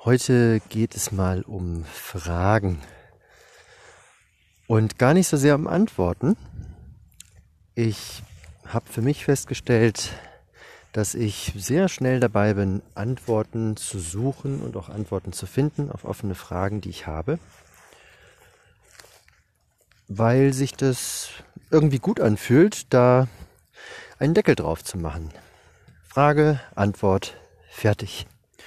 Heute geht es mal um Fragen und gar nicht so sehr um Antworten. Ich habe für mich festgestellt, dass ich sehr schnell dabei bin, Antworten zu suchen und auch Antworten zu finden auf offene Fragen, die ich habe, weil sich das irgendwie gut anfühlt, da einen Deckel drauf zu machen. Frage, Antwort, fertig.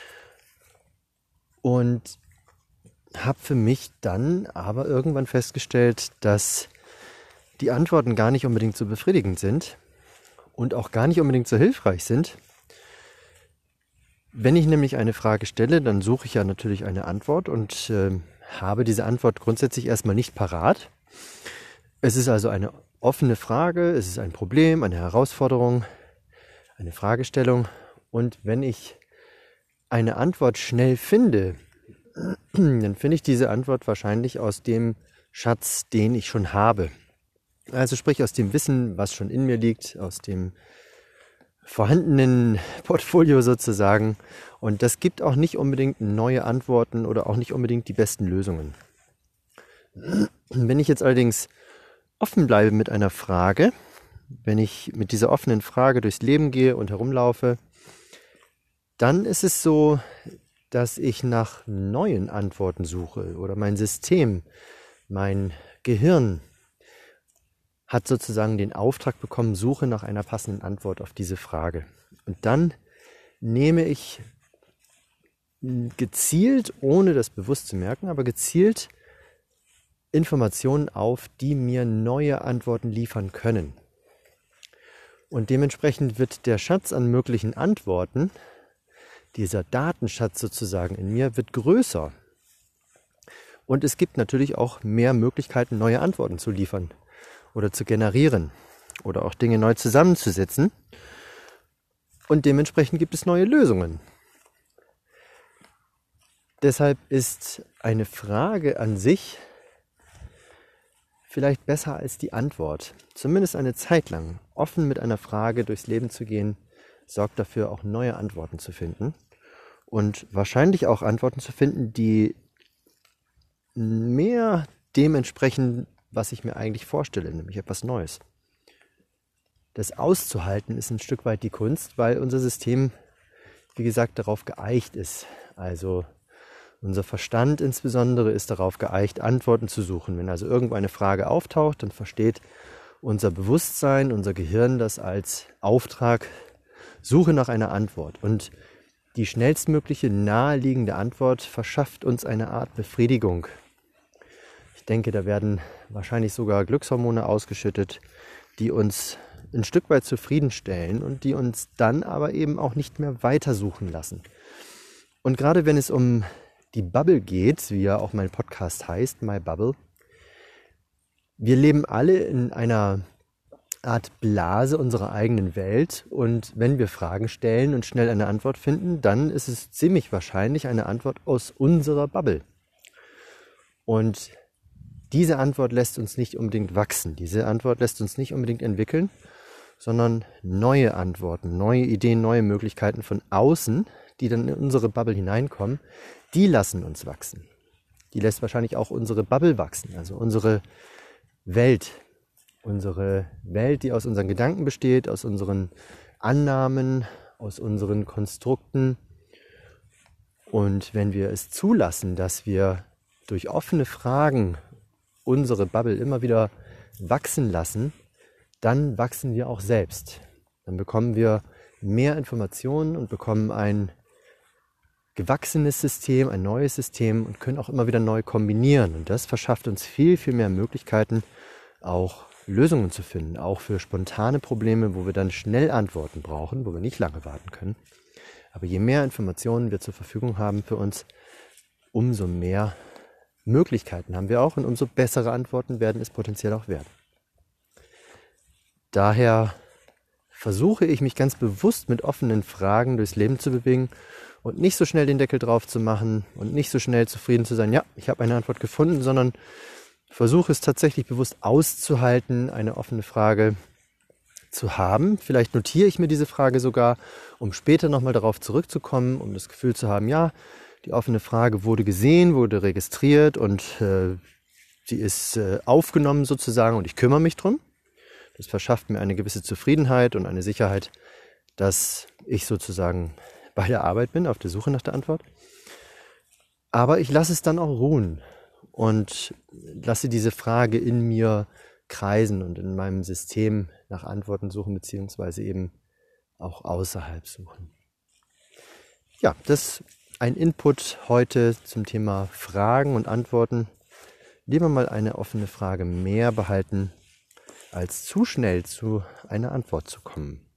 Und habe für mich dann aber irgendwann festgestellt, dass die Antworten gar nicht unbedingt so befriedigend sind und auch gar nicht unbedingt so hilfreich sind. Wenn ich nämlich eine Frage stelle, dann suche ich ja natürlich eine Antwort und habe diese Antwort grundsätzlich erstmal nicht parat. Es ist also eine offene Frage, es ist ein Problem, eine Herausforderung, eine Fragestellung. Und wenn ich eine Antwort schnell finde, dann finde ich diese Antwort wahrscheinlich aus dem Schatz, den ich schon habe. Also sprich aus dem Wissen, was schon in mir liegt, aus dem vorhandenen Portfolio sozusagen. Und das gibt auch nicht unbedingt neue Antworten oder auch nicht unbedingt die besten Lösungen. Wenn ich jetzt allerdings offen bleibe mit einer Frage, wenn ich mit dieser offenen Frage durchs Leben gehe und herumlaufe, dann ist es so, dass ich nach neuen Antworten suche oder mein System, mein Gehirn hat sozusagen den Auftrag bekommen, suche nach einer passenden Antwort auf diese Frage. Und dann nehme ich gezielt, ohne das bewusst zu merken, aber gezielt Informationen auf, die mir neue Antworten liefern können. Und dementsprechend wird der Schatz an möglichen Antworten, dieser Datenschatz sozusagen in mir, wird größer. Und es gibt natürlich auch mehr Möglichkeiten, neue Antworten zu liefern oder zu generieren oder auch Dinge neu zusammenzusetzen. Und dementsprechend gibt es neue Lösungen. Deshalb ist eine Frage an sich vielleicht besser als die Antwort. Zumindest eine Zeit lang. Offen mit einer Frage durchs Leben zu gehen, sorgt dafür, auch neue Antworten zu finden. Und wahrscheinlich auch Antworten zu finden, die mehr dem entsprechen, was ich mir eigentlich vorstelle, nämlich etwas Neues. Das auszuhalten ist ein Stück weit die Kunst, weil unser System, wie gesagt, darauf geeicht ist. Also unser Verstand insbesondere ist darauf geeicht, Antworten zu suchen. Wenn also irgendwo eine Frage auftaucht, dann versteht unser Bewusstsein, unser Gehirn das als Auftrag, Suche nach einer Antwort. Und die schnellstmögliche naheliegende Antwort verschafft uns eine Art Befriedigung. Ich denke, da werden wahrscheinlich sogar Glückshormone ausgeschüttet, die uns ein Stück weit zufriedenstellen und die uns dann aber eben auch nicht mehr weitersuchen lassen. Und gerade wenn es um die Bubble geht, wie ja auch mein Podcast heißt, My Bubble, wir leben alle in einer Art Blase unserer eigenen Welt und wenn wir Fragen stellen und schnell eine Antwort finden, dann ist es ziemlich wahrscheinlich eine Antwort aus unserer Bubble. Und diese Antwort lässt uns nicht unbedingt wachsen, diese Antwort lässt uns nicht unbedingt entwickeln, sondern neue Antworten, neue Ideen, neue Möglichkeiten von außen, die dann in unsere Bubble hineinkommen, die lassen uns wachsen. Die lässt wahrscheinlich auch unsere Bubble wachsen, also unsere Welt, die aus unseren Gedanken besteht, aus unseren Annahmen, aus unseren Konstrukten. Und wenn wir es zulassen, dass wir durch offene Fragen unsere Bubble immer wieder wachsen lassen, dann wachsen wir auch selbst. Dann bekommen wir mehr Informationen und bekommen ein gewachsenes System, ein neues System und können auch immer wieder neu kombinieren. Und das verschafft uns viel, viel mehr Möglichkeiten, auch Lösungen zu finden, auch für spontane Probleme, wo wir dann schnell Antworten brauchen, wo wir nicht lange warten können. Aber je mehr Informationen wir zur Verfügung haben für uns, umso mehr Möglichkeiten haben wir auch und umso bessere Antworten werden es potenziell auch werden. Daher versuche ich mich ganz bewusst mit offenen Fragen durchs Leben zu bewegen und nicht so schnell den Deckel drauf zu machen und nicht so schnell zufrieden zu sein, ja, ich habe eine Antwort gefunden, sondern versuche es tatsächlich bewusst auszuhalten, eine offene Frage zu haben. Vielleicht notiere ich mir diese Frage sogar, um später nochmal darauf zurückzukommen, um das Gefühl zu haben, ja, Die offene Frage wurde gesehen, wurde registriert und sie ist aufgenommen sozusagen und ich kümmere mich drum. Das verschafft mir eine gewisse Zufriedenheit und eine Sicherheit, dass ich sozusagen bei der Arbeit bin, auf der Suche nach der Antwort. Aber ich lasse es dann auch ruhen und lasse diese Frage in mir kreisen und in meinem System nach Antworten suchen, beziehungsweise eben auch außerhalb suchen. Ja, das ist ein Input heute zum Thema Fragen und Antworten. Lieber mal eine offene Frage mehr behalten, als zu schnell zu einer Antwort zu kommen.